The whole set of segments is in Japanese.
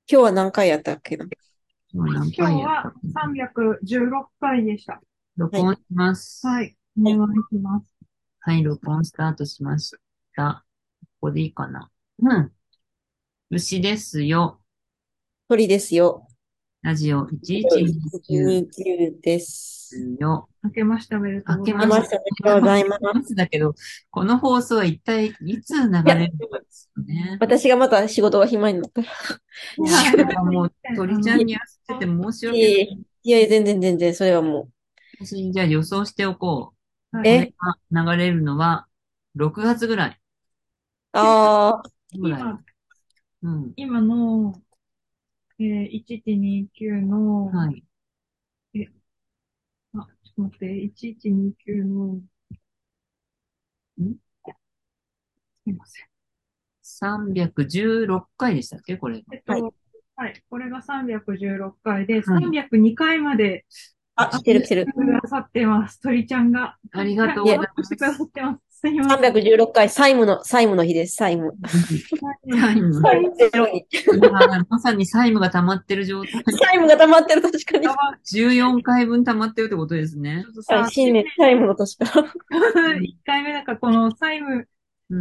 今日は何回やったっけな。 今日何今日回やったはかな。 316回でした。 はい。 録音します。 はい。おはい。 願いします。 はい、録音スタートしました。ここでいいかな。うん。牛ですよ。 鳥ですよ。 ラジオ1129 129です。 よ。 明けましておめでとうございます。 明けまして、 来ました。おめでとうございます。 だけど、この放送は一体いつ流いや、 れるのかですよね。 私がまた仕事が暇になったら。 いや、 いや、 すなんかもう鳥ちゃいや、 んにやらせてて申し訳ない。 いやいやいや、全然全然、それはも私、じゃあ予想しておこう。 う。 はい。 これが流れるのは6月ぐらい。 ああぐらい。 今、 うん。 今の、1129の、 はい。 え、ちょっと待って、1129の、 んすいません。 ?316 回でしたっけこれが。 はい。 はい。これが316回で、 はい。 302回まであ、来てる来てる。 くださってます。鳥ちゃんが。 ありがとういや、 ございアップしてくださます。 ってます。すいません。 316回、債務の日です、債務。 債務。 債務ゼロに。 いやー、まさに債務が溜まってる状態。 債務が溜まってる、確かに。 やば、 14回分溜まってるってことですね。 ちょっとはい、 さ、 新年債務の年から。 1回目なんかこの債務、 うん。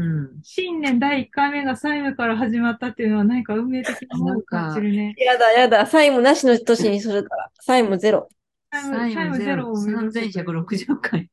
新年第1回目が債務から始まったっていうのは何か運命的なもなのを感じんか、 るね。 やだやだ、債務なしの年にするから。債務ゼロ。 債務ゼ債務ゼロ、 ロを目指すというこ 3160回。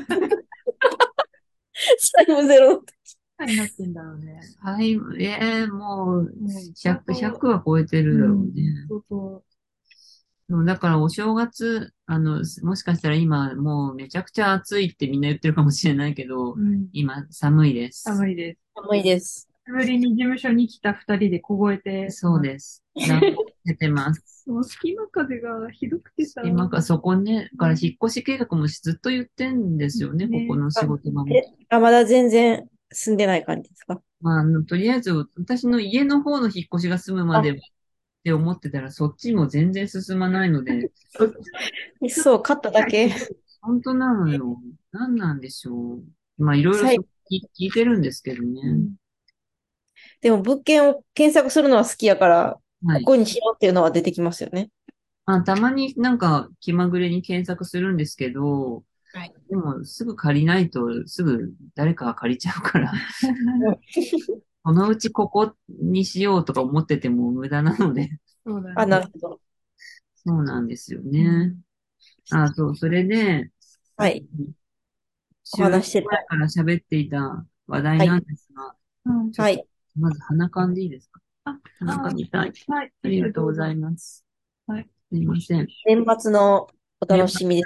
債務ゼロ。 とになってんだろうね。 債務、もう、 もう、相 100、 当、 1は超えてるだろううん、 ね。 相当、 そうだからお正月、もしかしたら今もうめちゃくちゃ暑いってみんな言ってるかもしれないけど、 うん、 今寒いです。 寒いです。 寒いです。 久しぶりに事務所に来た2人で凍えてます。 そうです。暖房出てます。 もう隙間風がひどくてさ、 今かそこね、からね、 引っ越し計画もずっと言ってんですよね、ここのあ、 仕事場も。 まだ全然住んでない感じですか？ まあ、とりあえず私の家の方の引っ越しが済むまでっあ、 て思ってたらそっちも全然進まないので、 そっちのそう、買っただけ。 本当なのよ。何なんでしょう。まあいろいろ債聞いてるんですけどね。 うん、 でも物件を検索するのは好きやから、 はい。 ここにしようっていうのは出てきますよね。 まあ、たまになんか気まぐれに検索するんですけど、 はい。 でもすぐ借りないとすぐ誰かが借りちゃうから、 うん。 そのうちここにしようとか思ってても無駄なので、 あ、 そうだね。 なるほど。 そうなんですようん、 ね。あ、そう、それで、さっきはい。お収録話ししてた。 前から喋っていた話題はい。 なんですが、 うん、 ちょっと、 はい。 まず鼻かんでいいですか？ あ、 鼻かみたい。 はい、 ありがとうどうぞ。 ございます。 はい。 すいません。 年末のお年楽しみです。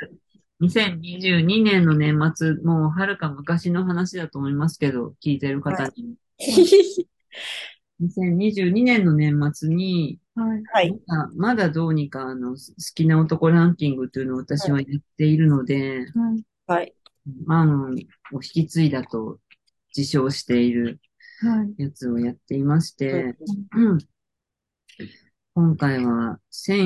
2022年の年末、もうはるか昔の話だと思いますけど、聞いてるはい。 方に。2022年の年末に、 はい。 はい。 まだどうにか好きな男ランキングというのを私はやっているので、 はい。 はい。 満を引き継いだと自称しているはい。 やつをやっていましうん。 て、うん、今回は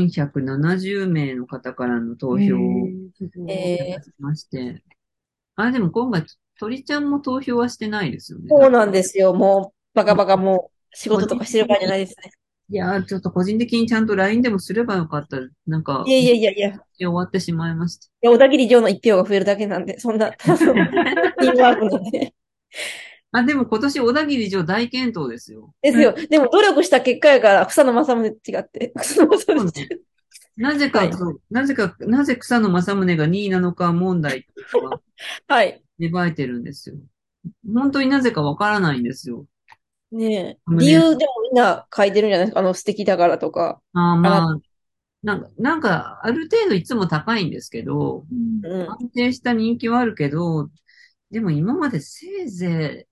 1170名の方からの投票をすごい。 いただえー、 きまして、でも今回、鳥ちゃんも投票はしてないですよね、 そうなんですよ。もう、バカバカもう、仕個人事とかしてる場合じゃ的に、 ないですね。 いやー、ちょっと個人的にちゃんと LINE でもすればよかった。なんか、 いやいやいやいや。い終わってしまいました。 や、小田切城の一票が増えるだけなんで、そんな、ただの、チームワークなんで。 でも今年小田切城大健闘ですよ。 ですよ。でも、努力した結果やから、草野正宗違って。草野正宗違そうね。 って。 なぜはい。 かと、なぜか、なぜ草野正宗が2位なのか問題っていうのがはい。 芽生えてるんですよ。本当になぜかわからないんですよ。 ねえ。理胸、 由でもみんな書いてるんじゃないですか。素敵だからとか。あな、 まあ、なんか、ある程度いつも高いんですけど、 うん。 うん。 安定した人気はあるけど、でも今までせいぜい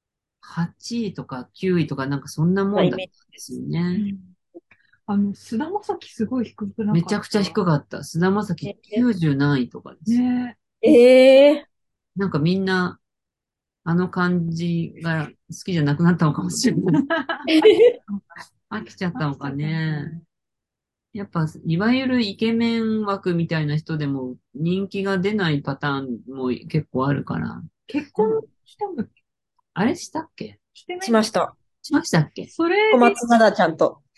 8位とか9位とかなんかそんなもんだったんまあイメージ。 ですよね。 うん、菅田将暉すごい低くなめかっちゃくちゃ低かった。菅田将暉え 90何位とかです。 ねええ。 ええ。 なんかみんなあの感じが好きじゃなくなったのかもしれない。飽きちゃったのかね。やっぱ、いわゆるイケメン枠みたいな人でも人気が出ないパターンも結構あるから。 結婚うんしたのあれしたっけ？ してないんだ。 しました。 しましたっけ？ それで、 小松菜奈ちゃんと。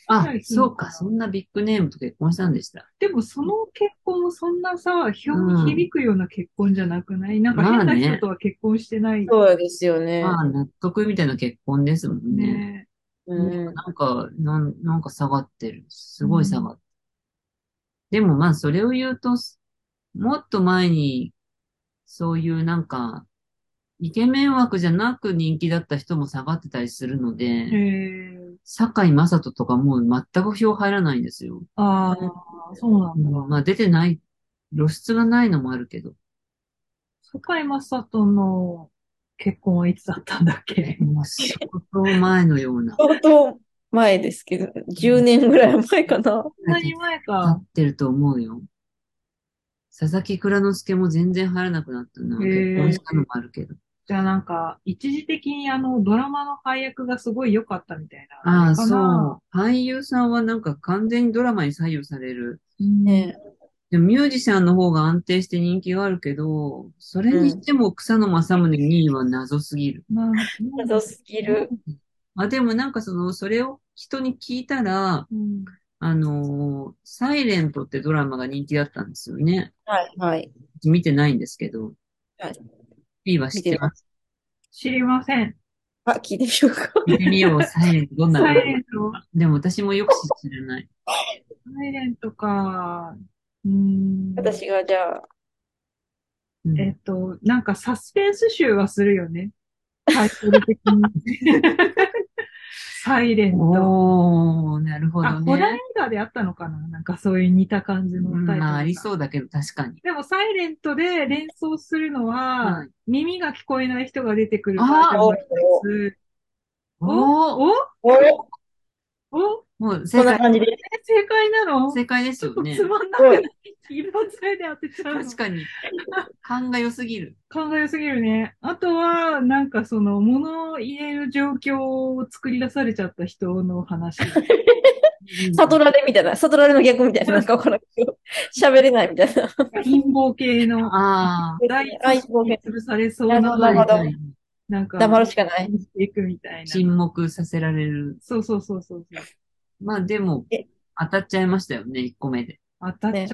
あ、 いするそうか、 のかな。 そんなビッグネームと結婚したんでした。 でもその結婚もそんなさ、票にうん。 響くような結婚じゃなくない？なんかまあ変な人ね。 とは結婚してないそうですよね。 まあ、納得みたいな結婚ですもんね。 ね。 うでもん。 なんか下がってる。すうん。 ごい下がってる。でもまあ、それを言うと、もっと前に、そういうなんか、イケメン枠じゃなく人気だった人も下がってたりするのへで、 え。 堺雅人とかもう全く票入らないんですよ。 あうんあ、そうなんだ。 まあ出てない、露出がないのもあるけど、 堺雅人の結婚はいつだったんだっけ？ もう相当前のような。 相当前ですけど、10年ぐらい前かな。 そんなに前経か。 ってると思うよ。佐々木蔵之介も全然入らなくなったへな。結婚したのえ。 もあるけど。 じゃあなんか、一時的にドラマの配役がすごい良かったみたいな、あれああ、 かな。 そう。俳優さんはなんか完全にドラマに左右される。 うん。 ねでもミュージシャンの方が安定して人気があるけど、それうん。 にしても草野正宗2位は謎すぎる。 なんで、 謎すぎる。 あ、でもなんかそれを人に聞いたら、 うん。 サイレントってドラマが人気だったんですよね。 はい、はい。 見てないんですけど、 はい。 P は知っ見てます。 てます。 知りません。 あ、聞いてみようか。 見てみよう、サイレントどんなサイドラマ。 レント、 でも私もよく知らない。 サイレントか。うーん。 私がじゃあ、 うん。 なんかサスペンス集はするよね。タイトル的に。サイレント。 おー、なるほあ、ホラー映どね。 画であったのかな？なんかそういう似た感じのうん、まあ、ありタイトルが。 そうだけど、確かに。 でも、サイレントで連想するのは、 はい。 耳が聞こえない人が出てくるバージョンあお、 が一つ。おおー、 おお、 おもうそ正解、 んな感じです。 正解なの？ 正解ですちょっとつよね。 まんなくない？ すごい。 一発目で当てちゃうの。 確かに。勘が良すぎる。 考え良すぎるね。あとは、なんかその、物を入れる状況を作り出されちゃった人の話。 うん。 悟られみたいな。悟られの逆みたいな。なんかわからんけど。喋れないみたいな。 陰謀系のあですね。あ、 大組織に潰されそうな、 なるほど、 あ、はいなるほど。 はい。 なんか、 黙るしかない。 していくみたいな。 沈黙させられる。 そうそうそうそうそう。 まあでも、 え、 当たっちゃいましたよね、1個目で。 当たっちゃね。 った。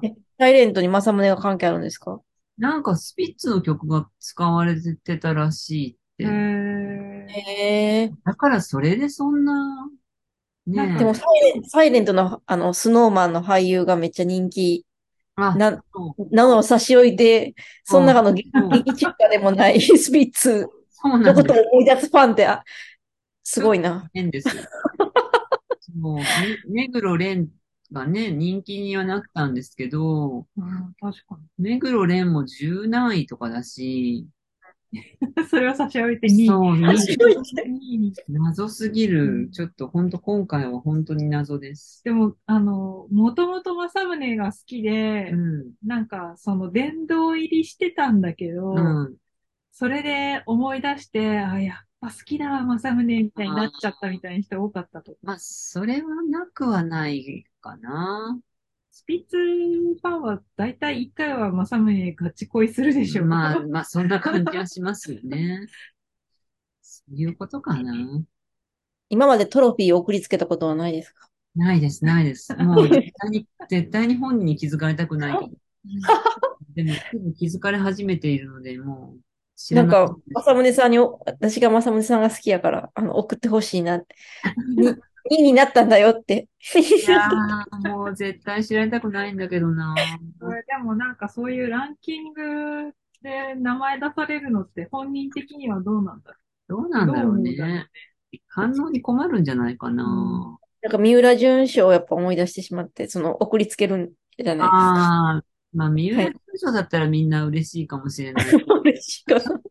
サイレントに政宗が関係あるんですか？ なんかスピッツの曲が使われてたらしいっへて。 え。 へえ。 だからそれでそんな、 なんか、 でもねえ。 サイレントの、スノーマンの俳優がめっちゃ人気あ、 な、 そう、 なのを差し置いて、そのそう、 中のそう、 劇中歌でもないスピッツそうなのことをんです。 思い出すファンって、すちょっとごいな。 変ですよ。もう、目黒蓮がね、人気にはなったんですけど、 うん、確か目黒蓮も十何位とかだし、 に。それを差し置いて2位。 そう、 差し置いて。 2位に。 謎すぎる。ちょっと本当今回は本当に謎です。 でも、もともと政宗が好きで、 うん、 なんか、その殿堂入りしてたんだけうど、 ん。 それで思い出して、あ、やっぱ好きだわ、政宗みたいになっちゃったみたいな人多かったと。 まあ、それはなくはないかな。 スピッツファンは大体一回は政宗ガチ恋するでしょ。 まあ、そんな感じはしますよね。そういうことかな。 今までトロフィーを送りつけたことはないですか？ ないです、ないです。もう絶対に本人に気づかれたくないけど。でも、多分気づかれ始めているので、もう知らないなんか、政宗さんに、私が政宗さんが好きやから、送ってほしいなって。2位になったんだよって。 いやー、もう絶対知られたくないんだけどな。 でもなんかそういうランキングで名前出されるのって本人的にはどうなんだろう。どうどうなんだろう思うだろうね。 ね。反応に困るんじゃないかうん。 な。 なんか、三浦淳賞をやっぱ思い出してしまって、送りつけるんじゃないですか。 ああ、まあ、三浦はい。 淳賞だったらみんな嬉しいかもしれない。 嬉しいかな。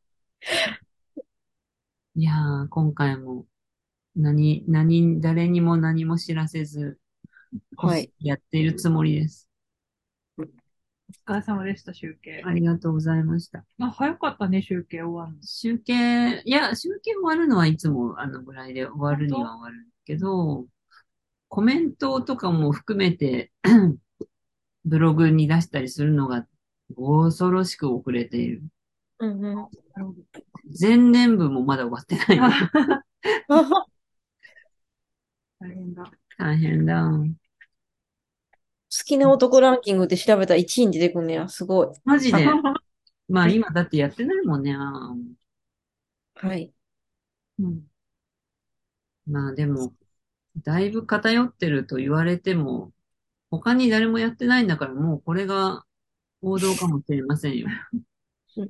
いやー、今回も誰にも何も知らせず、こっそはい。 りやっているつもりです。 お疲れ様でした、集計。 ありがとうございました。 早かったね、集計終わるの。 集計終わるのはいつもあのぐらいで終わるに本当？ は終わるけど、コメントとかも含めてブログに出したりするのが恐ろしく遅れている。 うんうん。 なるほど。 前年分もまだ終わってないの。 あ、 あ、 大変だ。 大変だ。 好きな男ランキングって調べたら1位に出てくんねや。すごい。 マジで。まあえ、 今だってやってないもんね。 はい。 うん。 まあでも、だいぶ偏ってると言われても、他に誰もやってないんだからもうこれが王道かもしれませんよ。 うん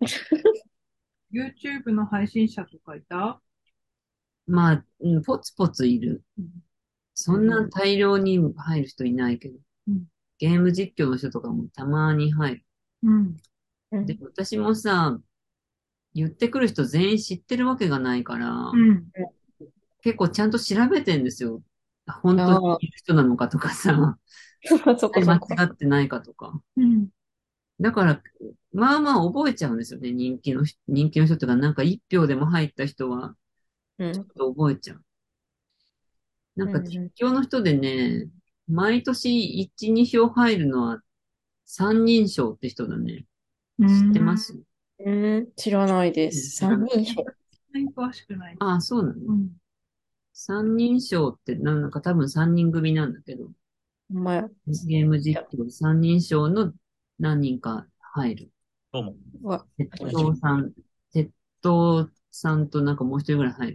YouTube の配信者とかいた？ まあ、ポツポツいる。 うん。 そんな大量に入る人いないけど、 うん。 ゲーム実況の人とかもたまに入る。 うん。 で、 うん私もさ、言ってくる人全員知ってるわけがないから、 うん。 結構ちゃんと調べてんですよ。本当にああ、 いる人なのかとかさ、 そっか間違そっか。 ってないかとか。 うん。 だから、まあまあ覚えちゃうんですよね。人気の人とか、なんか一票でも入った人は、 うん。 ちょっと覚えちゃう。なんか実うん。 況の人でね、毎年1、2票入るのは三人称って人だね。 う知ってまん。 す？ うん。知らないです。 知らない。 三人称。 詳しくない。 ああ、そうなの。 うん。 三人称ってなんか多分三人組なんだけど、 ほんまや。 ゲーム実況で三人称の何人か入る。 どうも。 うわ、 鉄こんにちは。 道さん、鉄道さんとなんかもう一人ぐらい入る。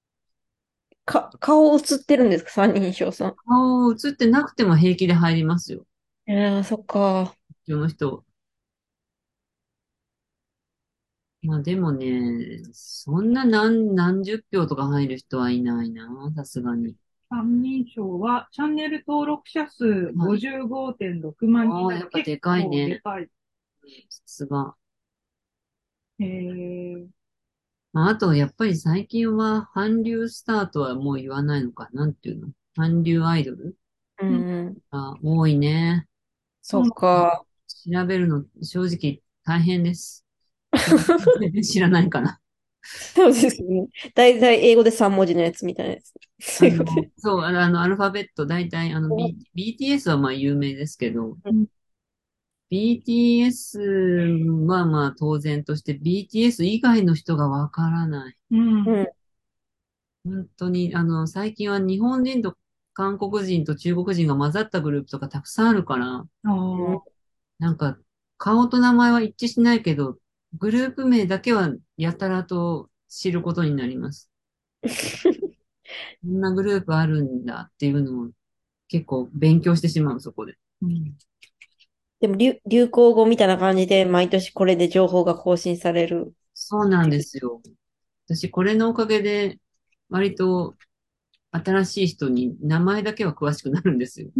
顔映ってるんですか？三人称さん。 顔映ってなくても平気で入りますよ。 そっか。 実況の人。まあでもね、そんな何十票とか入る人はいないな、さすがに。 三人称は、チャンネル登録者数はい。 55.6万人ああ、 だから結やっぱでかい構でね。 かい。 さすが。 へえ。 まあ、あと、やっぱり最近は韓流スターとはもう言わないのか。なんていうの？韓流アイドルううん。 ん。 が多いね。 そっか。 調べるの正直大変です。全然知らないから。 そうですね。大体英語で3文字のやつみたいなやつ。そういうことでそう、アルファベット、大体、BTS はまあ有名ですけど、 うん。 BTS はまあ当然として BTS 以外の人がわからない。 うん。 うん。 本当に、最近は日本人と韓国人と中国人が混ざったグループとかたくさんあるから、 あうん。 あ。 なんか、顔と名前は一致しないけど、グループ名だけはやたらと知ることになります。こんなグループあるんだっていうのを結構勉強してしまう、そこで。 うん。 でも流行語みたいな感じで毎年これで情報が更新される。 そうなんですよ。私、これのおかげで、割と新しい人に名前だけは詳しくなるんですよ。 うん。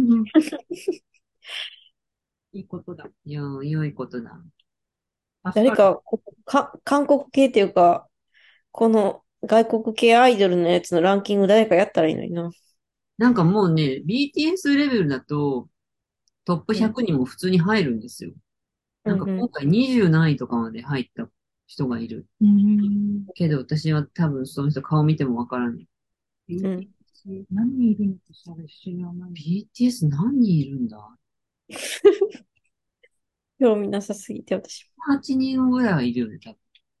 いいことだ。 いやー、良いことだ。 助かる。 誰か、韓国系っていうか、この外国系アイドルのやつのランキング誰かやったらいいのにな。 なんかもうね、BTS レベルだとトップうん。 100にも普通に入るんですよ。なんかうんう今回20何位とかまで入った人がいる。 うん。 けど私は多分その人顔見てもわからない。 ん。うん。 BTS 何人いるのかそれ知らない。 BTS 何人いるんだ？ 興味なさすぎて私。 8 人ぐらいはいるよね、多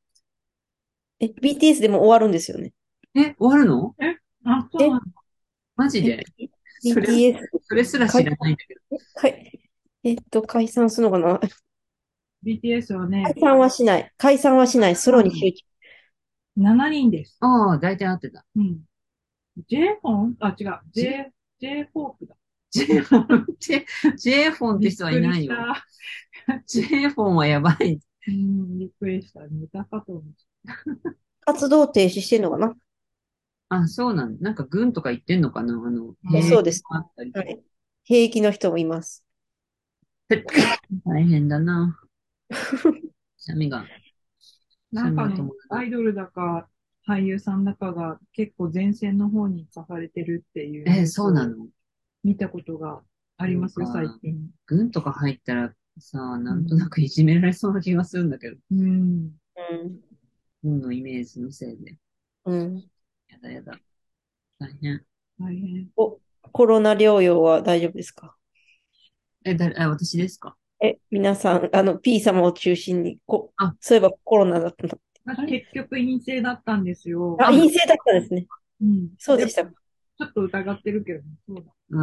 BTS でも終わるんですよね。 分。終わるの？ え、あ、そうえ、 なんだ。 マジえ、 で？それ、 BTS それすら知らないんだけど。 解散するのかな？ BTS はね、 解散はしない。解散はしない。ソロに集中。 7人です。 ああ、大体合ってた。 うん。J フォンあ、違う。 J、 J フォークだ。 J フォン、J フォンってびっ人はくりいないよ。 した。 J フォンはやばい。 うん、びっくりした。ネタかと思っ活動停止してんのかな？ あ、そうなんだ。なんか軍とか言ってんのかな？ た。うん。 兵役そうです。 もあったりとか。 はい。兵役の人もいます。 大変だな。くしゃみが、くしゃみが止なんかのまらない。 アイドルだか俳優さんだかが結構前線の方に行かされてるっていうニュースをそうなの？ 見たことがありなんますよ、最か、 近。 軍とか入ったらさ、なんとなうん。 くいじめられそうな気がするんだけど。 うん。 うん。 軍のイメージのせいで。 うん。 やだやだ。大変。 大変。 コロナ療養は大丈夫ですか？ 私ですか？ 皆さん、P 様を中心に、 あ、 そういえばコロナだったの。あれ結局陰性だったんですよ。 あ、陰性だったんですね。 うん。で、 そうでしたか。 ちょっと疑ってるけどね。そうだ。 うん。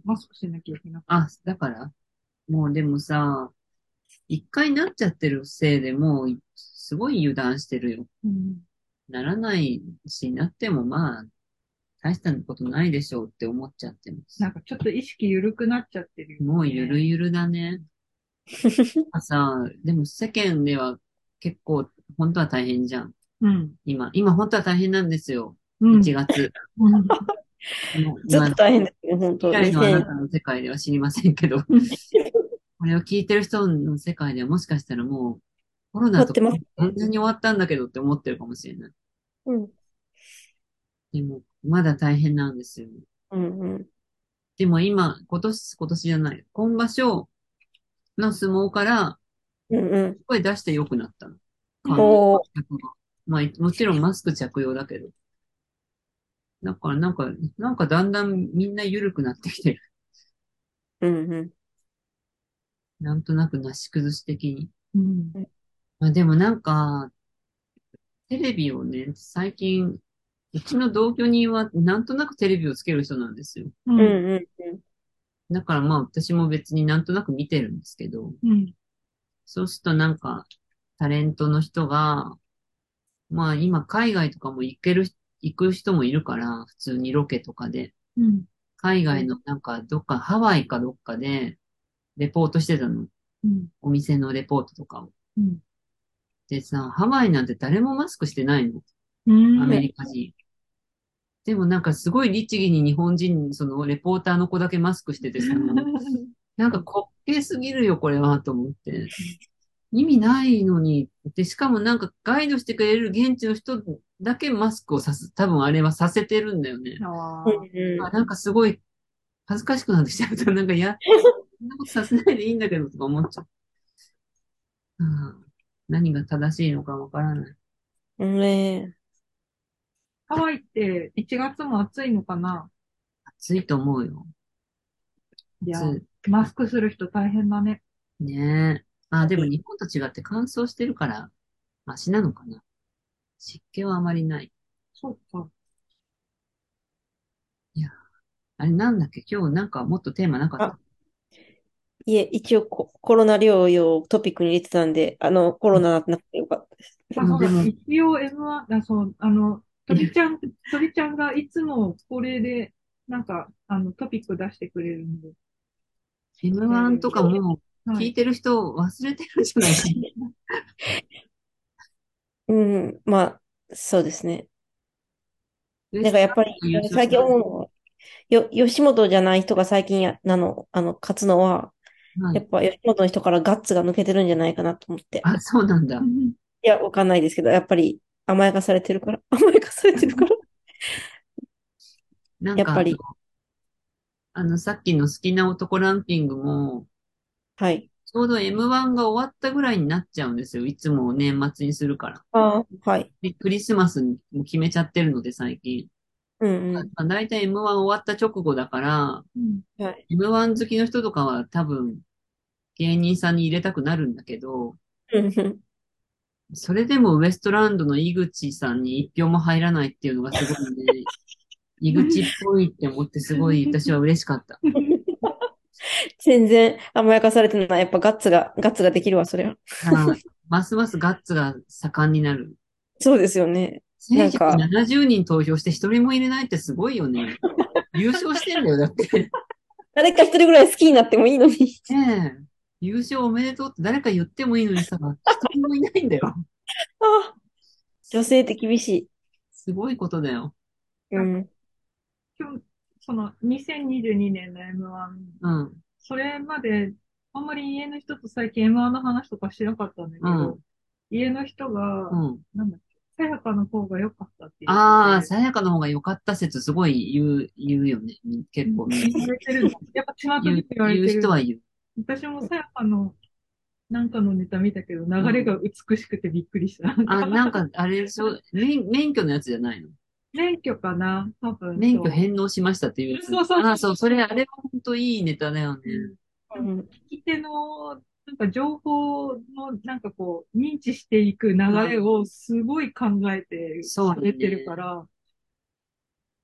マスクしなきゃいけなくて。 あ、だから、もうでもさ、一回なっちゃってるせいでもう、すごい油断してるよ。 うん。 ならないし、なってもまあ、大したことないでしょうって思っちゃってます。 なんかちょっと意識緩くなっちゃってるよもうゆるね。 ゆるだね。さ、でも世間では結構、本当は大変じゃん。 うん。 今本当は大変なんですよ。1 うん。 月。 うん。 ずっと大変ですよ、本当。 未来のあなた 2000、 の世界では知りませんけど、これを聞いてる人の世界ではもしかしたらもうコロナと終わってますね。 完全に終わったんだけどって思ってるかもしれない。 うん。 でも、まだ大変なんですよ。 うんうん。 でも今年じゃない。今場所の相撲からうんうん。 声出して良くなったの。観おー。 客が。まあ、もちろんマスク着用だけど。だからなんかだんだんみんな緩くなってきてる。 うんうん。 なんとなくなし崩し的に。 うん。 まあでもなんか、テレビをね、最近、うちの同居人はなんとなくテレビをつける人なんですよ。 うんうん。 うんうんだからまあ私も別になんとなく見てるんですけど、 うん。 そうするとなんか、タレントの人が、まあ今海外とかも行く人もいるから、普通にロケとかで。 うん。 海外のなんかどっか、ハワイかどっかで、レポートしてたの。 うん。 お店のレポートとかを。 うん。 でさ、ハワイなんて誰もマスクしてないの。 うアメん。 リカ人。でもなんかすごい律儀に日本人、そのレポーターの子だけマスクしててさ、なんか滑稽すぎるよ、これは、と思って。意味ないのに。で、しかもなんかガイドしてくれる現地の人だけマスクを多分あれはさせてるんだよね。 うんああ。 うん。 なんかすごい恥ずかしくなってきちゃうと、なんかそんなことさせないでいいんだけど、とか思っちゃう。うん、何が正しいのかわからない。 ねハワイって1月も暑いのかな？ 暑いと思うよ。 いや、 暑マスクする人大変だね。 い。ねえ。あ、でも日本と違って乾燥してるから、マシなのかな。湿気はあまりない。 そうか。 いや、あれなんだっけ今日なんかもっとテーマなかった？ あ、いえ、一応コロナ療養をトピックに入れてたんで、コロナなくてよかったです。 あ、そうだ。 でも、 一応 M1、あ、そう、鳥ちゃんがいつもこれで、なんか、トピック出してくれるんで。 M1 とかもうはい。 聞いてる人忘れてるんじゃないかうん、まあ、そうですね。 な。ウエなんストランかやっぱり、 ド優勝し最近思うのは、吉本じゃない人が最近勝つのは、 た。はい。 やっぱ吉本の人からガッツが抜けてるんじゃないかなと思って。 あ、そうなんだ。 うん。 いや、わかんないですけど、やっぱり甘やかされてるから、甘やかされてるから、 なんかやっぱり、 さっきの好きな男ランキングも、 はい。 ちょうど M1 が終わったぐらいになっちゃうんですよ。いつも年末にするから。 ああ、はい。 で、クリスマスにも決めちゃってるので、最近。 うんうだいたい M1 終わった直後だから、 うん。 ん。はい。 M1 好きの人とかは多分芸人さんに入れたくなるんだけど、 うんうん。 それでもウエストランドの井口さんに一票も入らないっていうのがすごいね、井口っぽいって思ってすごい私は嬉しかった。 全然甘やかされてない。やっぱガッツができるわ、それは。 はい。ますますガッツが盛んになる。 そうですよね。なんか、 1170人投票して一人も入れないってすごいよね。優勝してんだよ、だって。 誰か一人ぐらい好きになってもいいのに。 ねえ。優勝おめでとうって誰か言ってもいいのにさ、一人もいないんだよ。 ああ、女性って厳しすごいことだよ。 い。うなんか、 ん。 今日、その、2022年の M1、 うん、 それまで、あんまり家の人と最近 M1 の話とかしなかったんだけど、 うん、 家の人が、 うん。 なんだっけ、さやかの方が良かったって言ああ、 ってて、 さやかの方が良かった説すごい言うよね。結構みんな。 言われてるんだ。やっぱ巷で言われ言うてるんだ。 人は言う。 私もさやかのなんかのネタ見たけど、流れがうん。 美しくてびっくりした。なんあ、 か、 なんか、あれでしょ、免許のやつじゃないの？ 免許かな多分免許そ返納しましたっていうやう。 つ。 そうそうあ、そう、それ、 そう。 あれは本当いいネタだよね。 うん。でも、 うん。 聞き手の、なんか情報の、なんかこう、認知していく流うん。 れをすごい考えてそうだ喋ってるかね。 ら、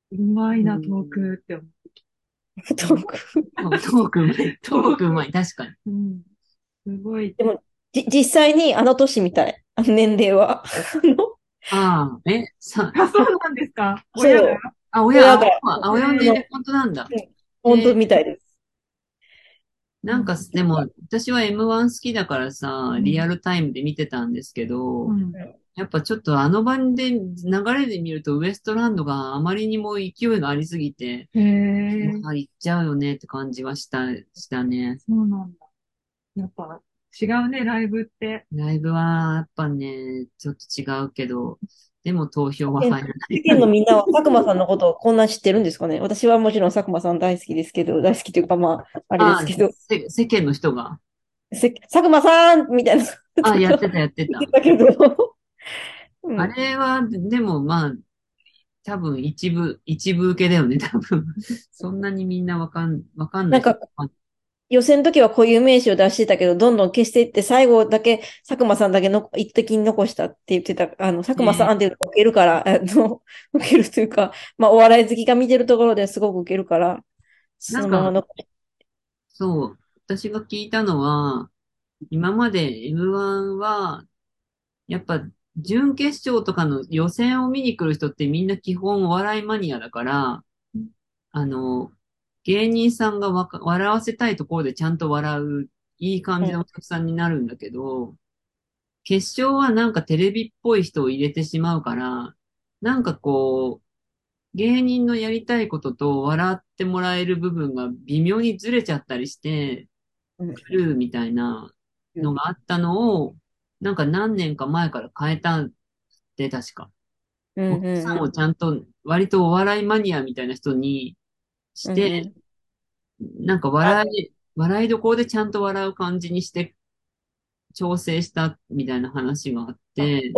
うまいな、トーうん。 クって思う。 トーク。 トークうまい。トークうまい。確かに。 うん。すごい。 でも、実際にあの年みたい。あの年齢は。 ああ、 あ、そうなんですか。親が。 そう。親が、 青山の年齢本当なんだ。 うん、本えー当みたいです。 なんか、でも、私は M1 好きだからさ、 うん。 リアルタイムで見てたんですけど、 うん。 やっぱちょっとあの場で流れで見るとウエストランドがあまりにも勢いがありすぎて、 へえ、 まあ、行っちゃうよねって感じはしたね。 そうなんだ。やっぱ違うね、ライブって。 ライブはやっぱね、ちょっと違うけど、でも投票は世間入らないかな。 世間のみんなは佐久間さんのことをこんな知ってるんですかね。私はもちろん佐久間さん大好きですけど、大好きというかまあ、あれでああ、 すけど、 世間の人が。 佐久間さんみたいな、ずああ、 っとやってたやってた。 言ってたけど、うあん。 れは、でもまあ、多分一部受けだよね、多分。そんなにみんなわかんない人。 なんか予選の時は固有名詞を出してたけど、どんどん消していって、最後だけ佐久間さんだけの一滴に残したって言ってた、佐久間さんっていうのが受けるから、受けるというか、まあ、お笑い好きが見てるところですごく受けるから、そのままなんか、そう、私が聞いたのは、今まで M1 は、やっぱ、準決勝とかの予選を見に来る人ってみんな基本お笑いマニアだから、あの、芸人さんが笑わせたいところでちゃんと笑う、いい感うん、 じのお客さんになるんだけど、決勝はなんかテレビっぽい人を入れてしまうから、なんかこう、芸人のやりたいことと笑ってもらえる部分が微妙にずれちゃったりして、 うん、 来るみたいなのがあったのを、なんか何年か前から変えたって、確か。 うん、 お客さんをうん、 ちゃんと、割とお笑いマニアみたいな人にしうん、うて、 ん。 なんか笑いどころでちゃんと笑う感じにして調整したみたいな話があって、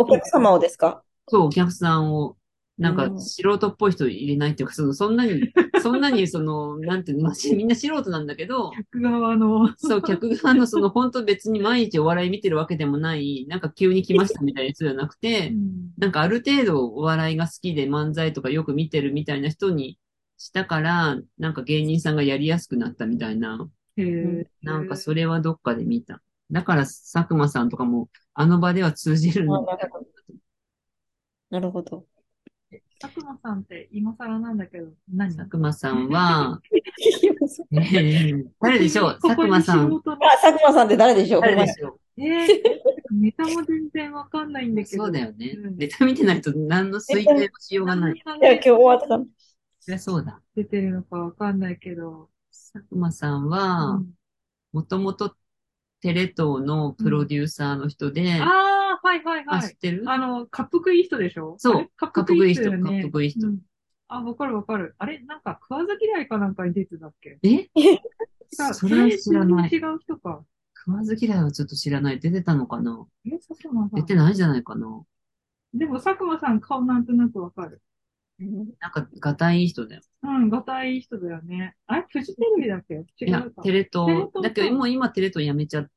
お客様をですか？ そう、お客さんを、なんかうん。 素人っぽい人入れないっていうか、そんなになんていうの、まあみんな素人なんだけど、 客側の、 そう、客側の本当別に毎日お笑い見てるわけでもない、なんか急に来ましたみたいな人じゃなくて、 うん。 なんかある程度お笑いが好きで漫才とかよく見てるみたいな人にしたから、なんか芸人さんがやりやすくなったみたいな、 へうん。 なんかえ。 それはどっかで見た。だから佐久間さんとかもあの場では通じるあ、 んだ。 なるほど。なるほど。 佐久間さんって今更なんだけど、何？ 佐久間さんは、 聞きます。 誰でしょう佐久ここに仕間さん、 事の、 佐久間さんって誰でしょう？ほんまや。 誰でしょうえー、ネタも全然わかんないんだけそうだど、 よね。 うん。 ネタ見てないと何の推定もしようが何ない。 のためいや、今日終わったかな。 そりゃそうだ。 出てるのかわかんないけど、 佐久間さんは、 うん。 もともとテレ東のプロうん。 デューサーの人あで、 あ、はいはいあ、 はい。 知ってるカップ食い人でしょ？あそう。 れカップかっ食い人だこいい人、かっよね。 こいい人。 うん。あ、わかるわかる。あれなんか食わず嫌いかなんかに出てたっけ？ え違う。 それは知らない。 全然違う人か。 食わず嫌いはちょっと知らない。出てたのかな？ 佐久間さん。 出てないんじゃないかな。 でも佐久間さん顔なんとなくわかる。 うん。 なんか、がたいいい人だよ。 うん、がたいいい人だよね。あれフジテレビだっけ？違いや、 うか。 テレテレ東、だけど東か。 もう今テレ東辞めちゃって、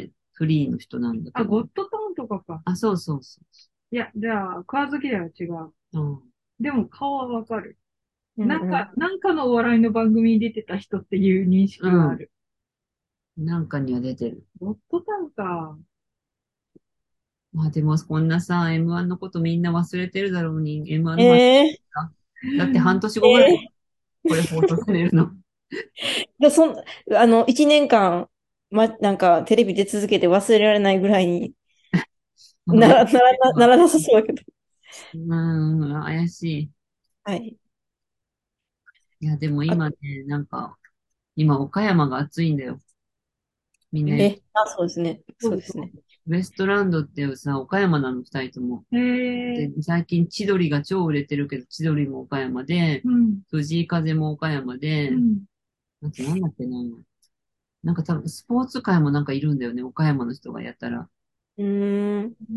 フリーの人なんだあ、 けど。 ゴッドタウンとかか。 あ、そうそうそいや、じゃあ、食わず嫌いは違う。 う。うん。 でも顔はわかる。 うん。 なんかのお笑いの番組に出てた人っていう認識うん。 はある。 なんかには出てる。 ゴッドタウンか。 まあでもこんなさ、M1 のことみんな忘れてるだろうに、M1 の話えか。だって半年ー、 後ぐらいえこれ放送されるの。 で、一年間、なんか、テレビ出続けて忘れられないぐらいにもうやっならなさそうだけど。 怪しい。 はい。 いや、でもあ、 今ね、なんか、今岡山が暑いんだよ。みんな、 そうですね。 そうそそうですね。 ウエストランドっていうさ、岡山なの、二人とも。 う。へで、 え。 最近千鳥が超売れてるけど、千鳥も岡山で、 うん。 藤井風も岡山で、 うん。 あとなんだっけな。なんか多分スポーツ界もなんかいるんだよね、岡山の人がやったら。 うーん。 うん。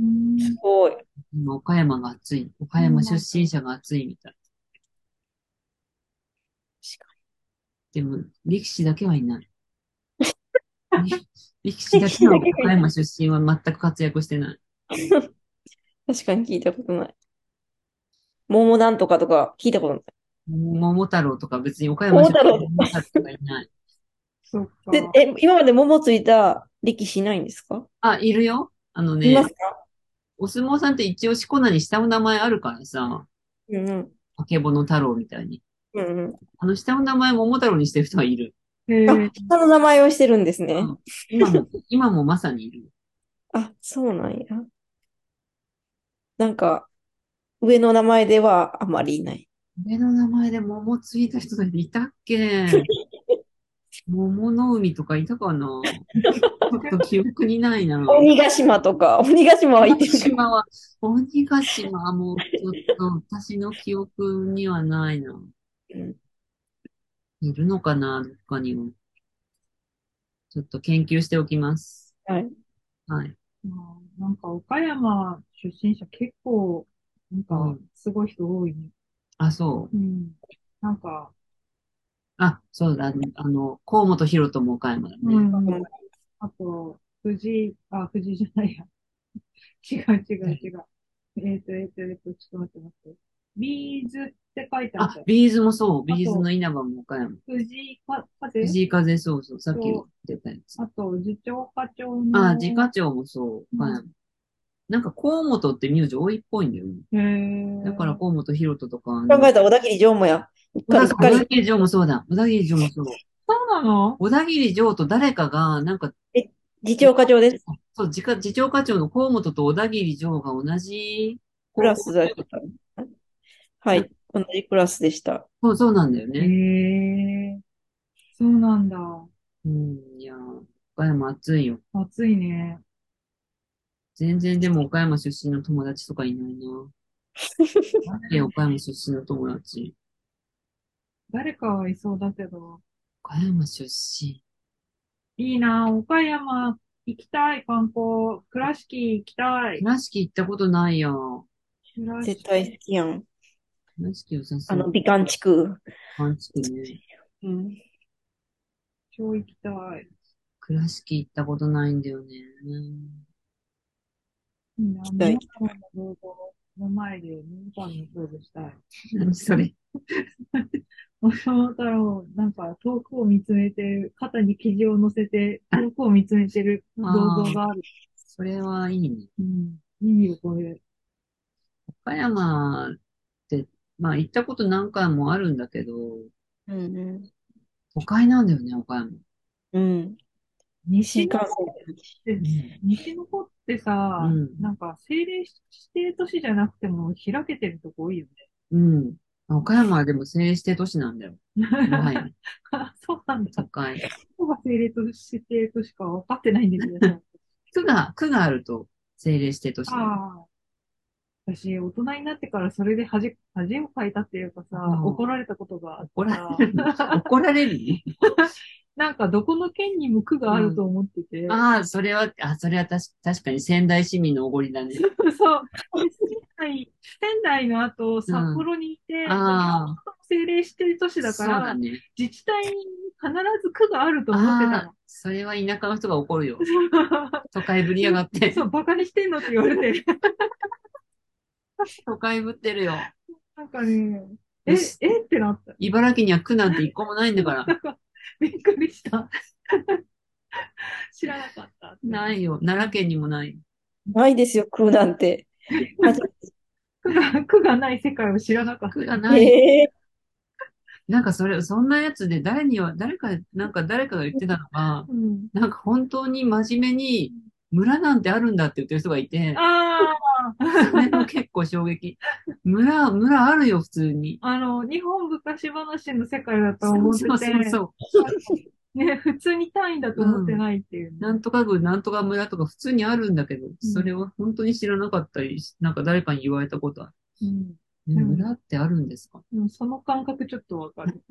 すごい。 今岡山が暑い。岡そう山出なんだ。 身者が暑いみたい。 確でも、力士だけはいない。力士かに。 だけは聞いたけ岡山出身は全く活躍してない。 確かに聞いたことない。桃なんとかとか聞いたことない。 桃太郎とか別に岡山出身桃太郎の桃太郎とかいない。 そっで、 か。 今まで桃ついた力士いないんですか？ あ、いるよ。 いますか？ お相撲さんって一応しこ名に下の名前あるからさ、 うんうん。 あけぼの太郎みたいに。 うんうん。 下の名前桃太郎にしてる人はいる。 へえ、 あ、下の名前をしてるんですね。 うん。今もまさにいる。 あ、そうなんや。なんか、上の名前ではあまりいない。 上の名前で桃ついた人がいたっけ？桃の海とかいたかな？ちょっと記憶にないな。 鬼ヶ島とか、鬼ヶ島は言ってるか島は、鬼ヶ島はもうちょっと私の記憶にはないな。 ら。うん。 いるのかなどっかにも。ちょっと研究しておきます。 はい。 はい。 なんか岡山出身者結構、なんかうん。 すごい人多いね。 あ、そう。 うん。なんか、 あ、そうだ。河本ロ人も岡山だね。 うん。 うん。 あと、藤井じゃないや。違う違う違う。ちょっと待って待って。ビーズって書いてあっあ、 た。 ビーズもそう。ビーズのあと、 稲葉も岡山。 風藤井風、そうそう。さっき言っと、 てたやつ。 あと、次長課長あ、自の、 家長もそう。岡う山。なんか河本って名字多いっぽいんだよね。 ん、 だから河本ロ人とか、 考えたら小田切城もや。うっかりうっかり。 小田切城もそうだ。小田切城もそう。 そうなの？ 小田切城と誰かが、なんか、 え、次長課長です。 そう、次長課長の河本と小田切城が同じ高校クラスだっで、 た。はい。同じクラスでした。 そうそうなんだよえね。 え、そうなんだ。 うん、いや、岡山暑いよ。 暑いね。 全然でも岡山出身の友達とかいないな。岡山出身の友達。 誰かはいそうだけど。 岡山出身。 いいな、岡山行きたい、観光。倉敷行きたい。 倉敷行ったことないよ。 倉敷、 絶対好きやん。 倉敷良さそう。 美観地区。 パンチクね。 うん。 超行きたい。 倉敷行ったことないんだよね。 いいな、 行きたい。 皆さんの動画の前で皆さんのポーズしたい。 何それ。 もしも太郎、なんか遠くを見つめてる、肩に生地を乗せて遠くを見つめてる銅ああ、 像がある。 それはいいね。 うん。いいよ、これ。 岡山って、まあ行ったこと何回もあるんだけど、 うんうん。 都会なんだよね、岡山。 うん。新西の幹方っ線。 て、 うん。 西の方ってさ、 うん。 なんか政令指定都市じゃなくても開けてるとこ多いようん。岡山はでも政令指定都市なんだよ。 ね。 もはや、 あ、そうなんだ。ど都会。 こが政令都市指定都市か分かってないんだけどさ。 区があると政令指定都市だよ。 ああ、私、大人になってからそれで恥をかいたっていうかさ、 ああ、 怒られたことがあって怒らさ、 れるの？怒られるの？ なんかどこの県にも区があるとうん。 思ってて、 ああ、それは確かに仙台市民のおごりだね。 そう。で仙台の後、 う札ん。 幌にいて、で、両方ああ、 とも政令指定都市だから、 そうだね。 自治体に必ず区があると思ってたああ、 の。 それは田舎の人が怒るよ。都会ぶりやがって。 そう、バカにしてんのって言われて。 都会ぶってるよ。 なんかね、 よし。 ってなった。 茨城には区なんて一個もないんだから。 なんか、びっくりした。知らなかったって。 ないよ。奈良県にもない。 ないですよ、空なんて。初区がない世界を知らなかった。 区がめない。 て。 なんかそんなやつで誰かが言ってたのが、 うん。 なんか本当に真面目に村なんてあるんだって言ってる人がいて、 あそれも結構衝撃。村あるよ、普通に。 あ、日本昔話の世界だとそう思ってそうそうて、 そね、普通に単位だとう。 思ってうん。 ないっていうね。 なんとか郡、なんとか村とか普通にあるんだけど、 うん。 それを本当に知らなかったり、なんか誰かに言われたことあうん。 る。ね、 でも、 村ってあるんですか？ その感覚ちょっとわかる。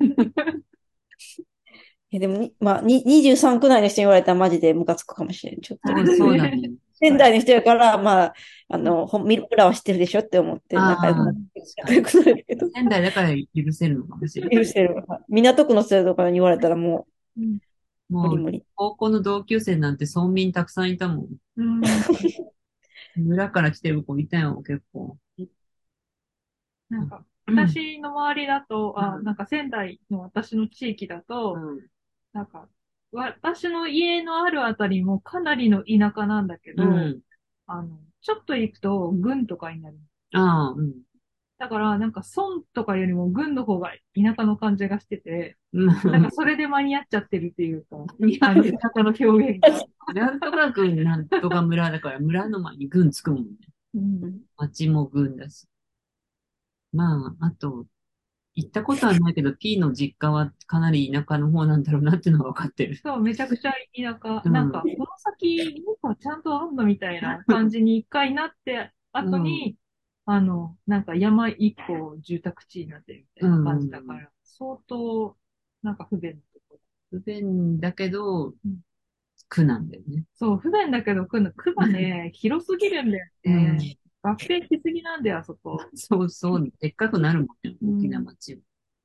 でも23区内の人に言われたらマジでムカつくかもしれん。ちょっと。 そうだね。 仙台の人やから、ミルクラは知ってるでしょって思って仲良くああ、 なる。 確かに。 仲良くなるけど。 仙台だから許せるのかもしれない。 許してる。港区の人とかに言われたらもうん。 う無もう、 理無理。 高校の同級生なんて村民たくさんいたもん。 うん。 村から来てる子いたよ、結構。 なんか、 私の周りだと、 うんなんか仙台の私の地域だと、 うんなんか、私の家のあるあたりもかなりの田舎なんだけど、 うん。 ちょっと行くと郡とかになる。 ああ、うん。 だから、なんか村とかよりも郡の方が田舎の感じがしてて、 うなんかん。 それで間に合っちゃってるっていうか、 いや、 田舎の表現が。 なんとか郡、なんとか村だから、村の前に郡つくもんね。 ううん。 ん。 町も郡だし。まあ、あと、行ったことはないけど、P の実家はかなり田舎の方なんだろうなっていうのが分かってる。 そう、めちゃくちゃ田舎。 うん。 なんか、この先、なんかちゃんとあんのみたいな感じに一回なって、 うん。 後に、なんか山一個住宅地になってるみたういな感じだかん。 ら、相当、なんか不便なところ。 不便だけど、 うん。 苦なんだよね。 そう、不便だけど、区がね、広すぎるんだようん。 ね。合併しすぎなんだよ、あそこ。 そうそう、でっかくなるもんね、大きなうん。 町は。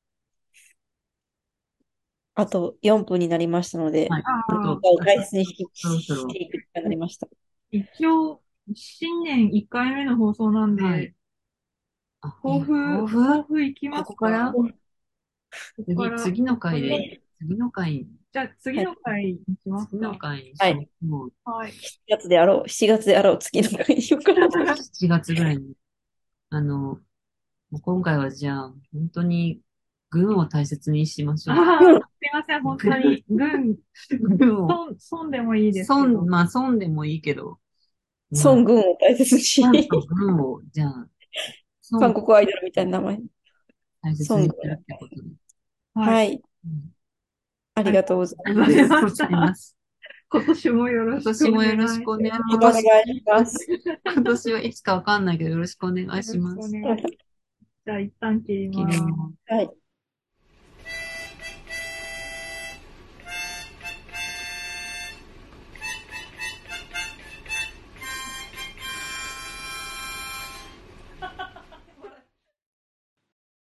あと4分になりましたので、 はい。ちょっああ、 と、 外出にそろそろ、 していく時間になりました。 一応、新年1回目の放送なんはい。 で、 あ、 抱抱負負いきこますか？ こから次のここ回で、 から、 次の回、 じゃあ次はい。 の回にします次のか？ 回にしまはい。 す。もうはい。 7月であろう。7月であろう。次の回にしようかなと。 7月ぐらいに、もう今回はじゃあ、本当に、軍を大切にしましょう。 ああ、すいません、本当に、 軍を、 損でもいいですけど。 まあ、損でもいいけど、まあ、 孫軍を大切に損とし、 軍を、じゃあ、損韓国アイドルみたいな名前。 大切孫軍。 にするってことで。 はい。 はい。 うんありがとうございありがとうございましありがとうございまた。 す。 今年もよろ今しくお願年もよろしいしくお願い、 ます。お願いします。 今年はいつかわかんないけど、よろしくお願います。よろしくおします。 願いします。じゃあ一旦切り切ります。 ます。 はい。